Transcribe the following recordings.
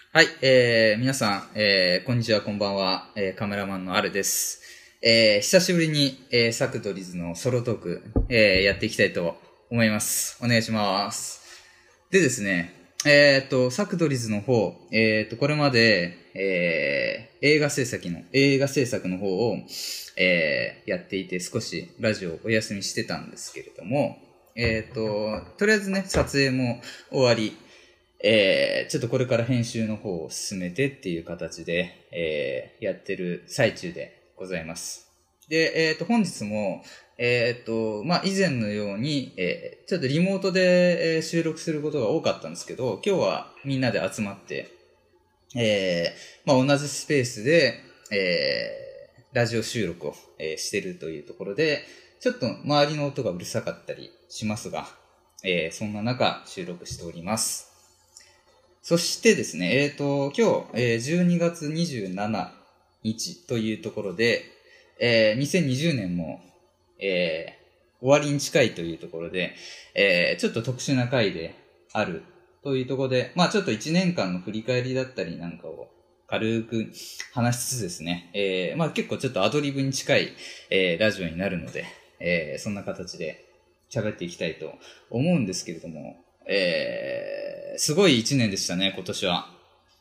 はい、皆さん、こんにちは、こんばんは、カメラマンのあるです。久しぶりに、サクドリズのソロトーク、やっていきたいと思います。お願いします。でですね、サクドリズの方、これまで、映画制作の方を、やっていて少しラジオをお休みしてたんですけれども、とりあえずね、撮影も終わり、ちょっとこれから編集の方を進めてっていう形で、やってる最中でございます。で、本日も、以前のように、ちょっとリモートで収録することが多かったんですけど、今日はみんなで集まって、同じスペースで、ラジオ収録を、してるというところで、ちょっと周りの音がうるさかったりしますが、そんな中収録しております。そしてですね、今日、12月27日というところで、2020年も、終わりに近いというところで、ちょっと特殊な回であるというところで、ちょっと1年間の振り返りだったりなんかを軽く話しつつですね、結構ちょっとアドリブに近い、ラジオになるので、そんな形で喋っていきたいと思うんですけれども、すごい一年でしたね、今年は。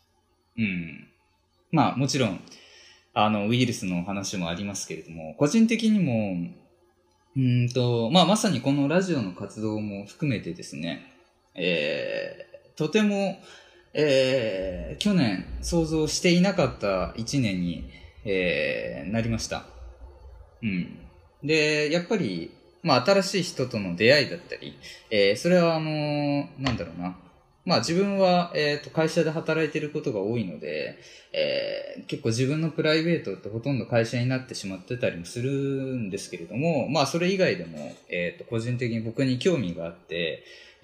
もちろん、ウイルスの話もありますけれども、個人的にも、まさにこのラジオの活動も含めてですね、とても、去年想像していなかった一年に、なりました。で、やっぱり、新しい人との出会いだったり、それは自分は、会社で働いていることが多いので、結構自分のプライベートってほとんど会社になってしまってたりもするんですけれども、それ以外でも、個人的に僕に興味があって、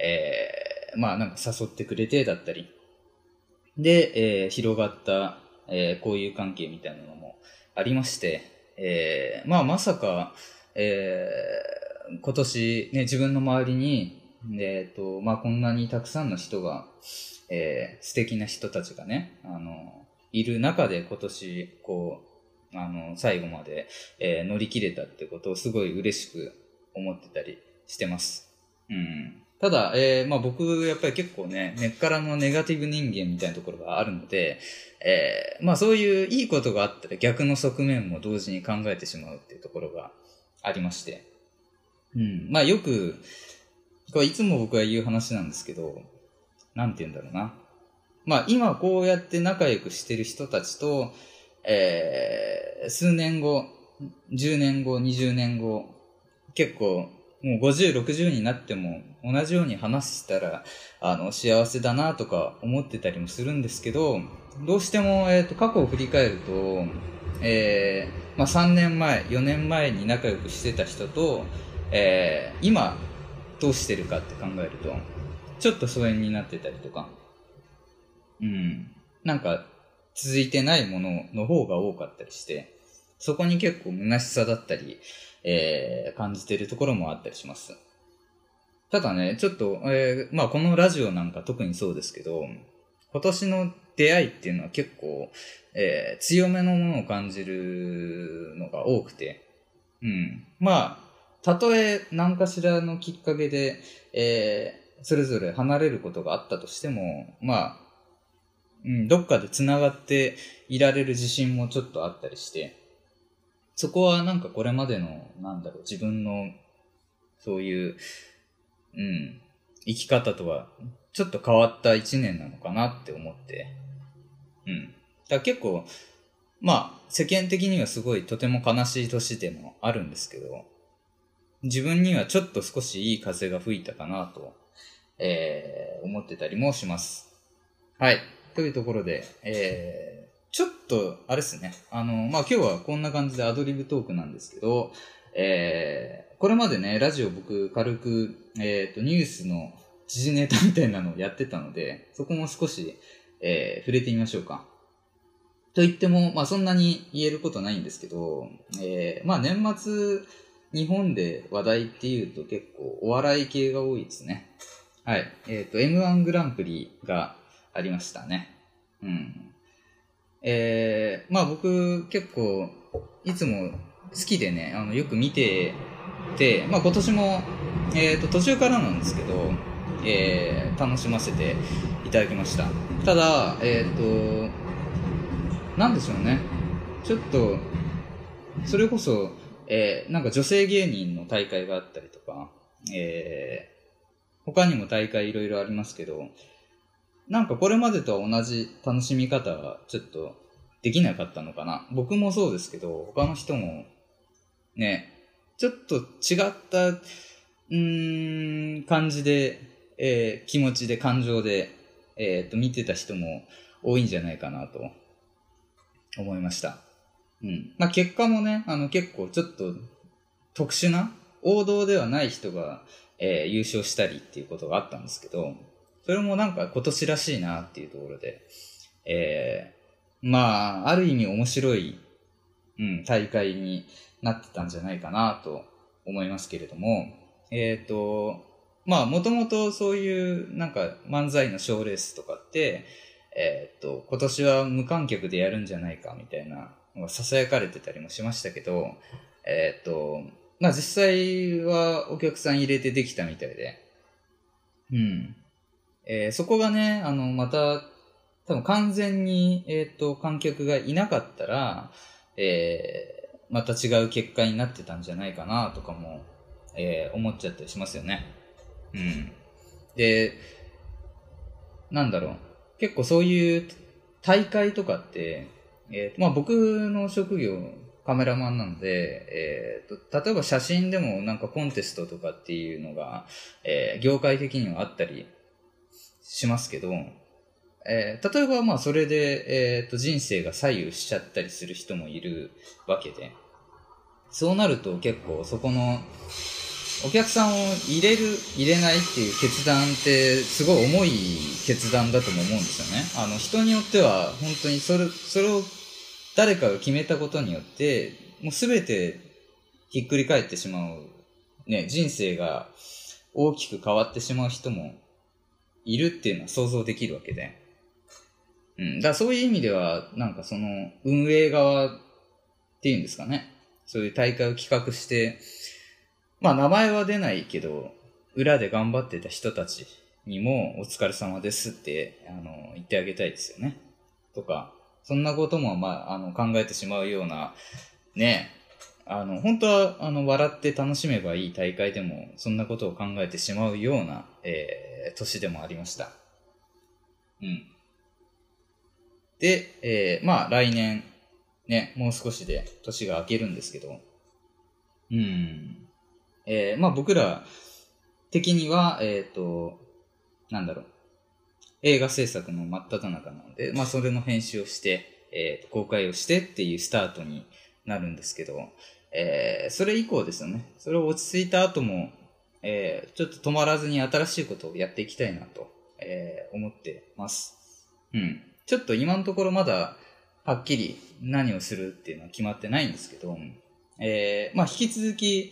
誘ってくれてだったり、で、広がった、交友関係みたいなのもありまして、まさか、今年ね、自分の周りに、こんなにたくさんの人が、素敵な人たちがね、いる中で今年、最後まで、乗り切れたってことをすごい嬉しく思ってたりしてます。ただ、僕、やっぱり結構ね、根っからのネガティブ人間みたいなところがあるので、そういういいことがあったら逆の側面も同時に考えてしまうっていうところがありまして。よく、これいつも僕が言う話なんですけど、なんて言うんだろうな。今こうやって仲良くしてる人たちと、数年後、10年後、20年後、結構、もう50、60になっても同じように話したら、幸せだなとか思ってたりもするんですけど、どうしても、過去を振り返ると、3年前、4年前に仲良くしてた人と、今、どうしてるかって考えると、ちょっと疎遠になってたりとか、続いてないものの方が多かったりして、そこに結構虚しさだったり、感じてるところもあったりします。ただね、ちょっと、このラジオなんか特にそうですけど、今年の出会いっていうのは結構、強めのものを感じるのが多くて、たとえ何かしらのきっかけで、それぞれ離れることがあったとしても、どっかで繋がっていられる自信もちょっとあったりして、そこはこれまでの、自分の、そういう、生き方とは、ちょっと変わった一年なのかなって思って、だから結構、世間的にはすごいとても悲しい年でもあるんですけど、自分にはちょっと少しいい風が吹いたかなと、思ってたりもします。はい。というところで、ちょっと、あれですね。今日はこんな感じでアドリブトークなんですけど、これまでね、ラジオ僕軽く、ニュースの時事ネタみたいなのをやってたので、そこも少し、触れてみましょうか。と言っても、そんなに言えることないんですけど、年末、日本で話題っていうと結構お笑い系が多いですね。はい。M1 グランプリがありましたね。 うん。まあ僕結構いつも好きでね、よく見てて、まあ今年も、途中からなんですけど、楽しませていただきました。ただ、なんでしょうね。ちょっと、それこそ、なんか女性芸人の大会があったりとか、他にも大会いろいろありますけど、なんかこれまでとは同じ楽しみ方がちょっとできなかったのかな。僕もそうですけど、他の人もね、ちょっと違った、感じで、気持ちで感情で、見てた人も多いんじゃないかなと思いました。うん。まあ結果もね、結構ちょっと特殊な王道ではない人が、優勝したりっていうことがあったんですけど、それもなんか今年らしいなっていうところで、まあ、ある意味面白い、大会になってたんじゃないかなと思いますけれども、まあ、もともとそういうなんか漫才の賞レースとかって、今年は無観客でやるんじゃないかみたいなのが囁かれてたりもしましたけど、まあ実際はお客さん入れてできたみたいで、そこがね、また、多分完全に、観客がいなかったら、また違う結果になってたんじゃないかなとかも、思っちゃったりしますよね。で、なんだろう。結構そういう大会とかって、まあ僕の職業、カメラマンなので、例えば写真でもなんかコンテストとかっていうのが、業界的にはあったりしますけど、例えばまあそれで、人生が左右しちゃったりする人もいるわけで、そうなると結構そこのお客さんを入れる入れないっていう決断ってすごい重い決断だとも思うんですよね。人によっては本当にそれを誰かが決めたことによってもう全てひっくり返ってしまう、ね、人生が大きく変わってしまう人もいるっていうのは想像できるわけで、だからそういう意味ではなんかその運営側っていうんですかね、そういう大会を企画してまあ名前は出ないけど裏で頑張ってた人たちにもお疲れ様ですって言ってあげたいですよねとか、そんなこともまあ考えてしまうようなね、本当は笑って楽しめばいい大会でもそんなことを考えてしまうような、年でもありました。で、まあ来年ね、もう少しで年が明けるんですけど、まあ僕ら的には、なんだろう、映画制作の真っ只中なので、まあそれの編集をして、公開をしてっていうスタートになるんですけど、それ以降ですよね。それを落ち着いた後も、ちょっと止まらずに新しいことをやっていきたいなと、思ってます。ちょっと今のところまだはっきり何をするっていうのは決まってないんですけど、まあ引き続き、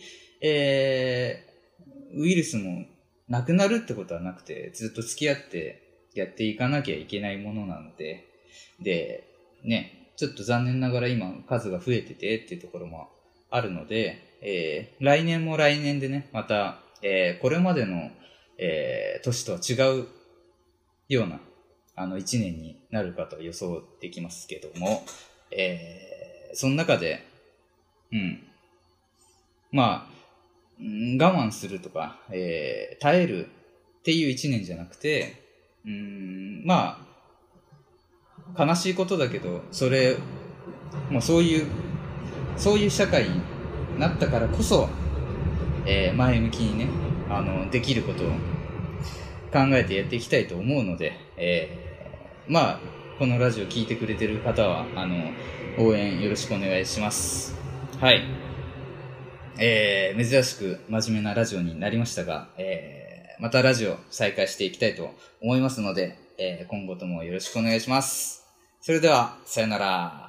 ウイルスもなくなるってことはなくて、ずっと付き合ってやっていかなきゃいけないものなので、で、ね、ちょっと残念ながら今数が増えててっていうところもあるので、来年も来年でね、また、これまでの、年とは違うような、一年になるかと予想できますけども、その中で、まあ、我慢するとか、耐えるっていう一年じゃなくて、まあ、悲しいことだけど、もうそういう社会になったからこそ、前向きにね、できることを考えてやっていきたいと思うので、まあ、このラジオ聞いてくれてる方は、応援よろしくお願いします。はい。珍しく真面目なラジオになりましたが、またラジオ再開していきたいと思いますので、今後ともよろしくお願いします。それでは、さよなら。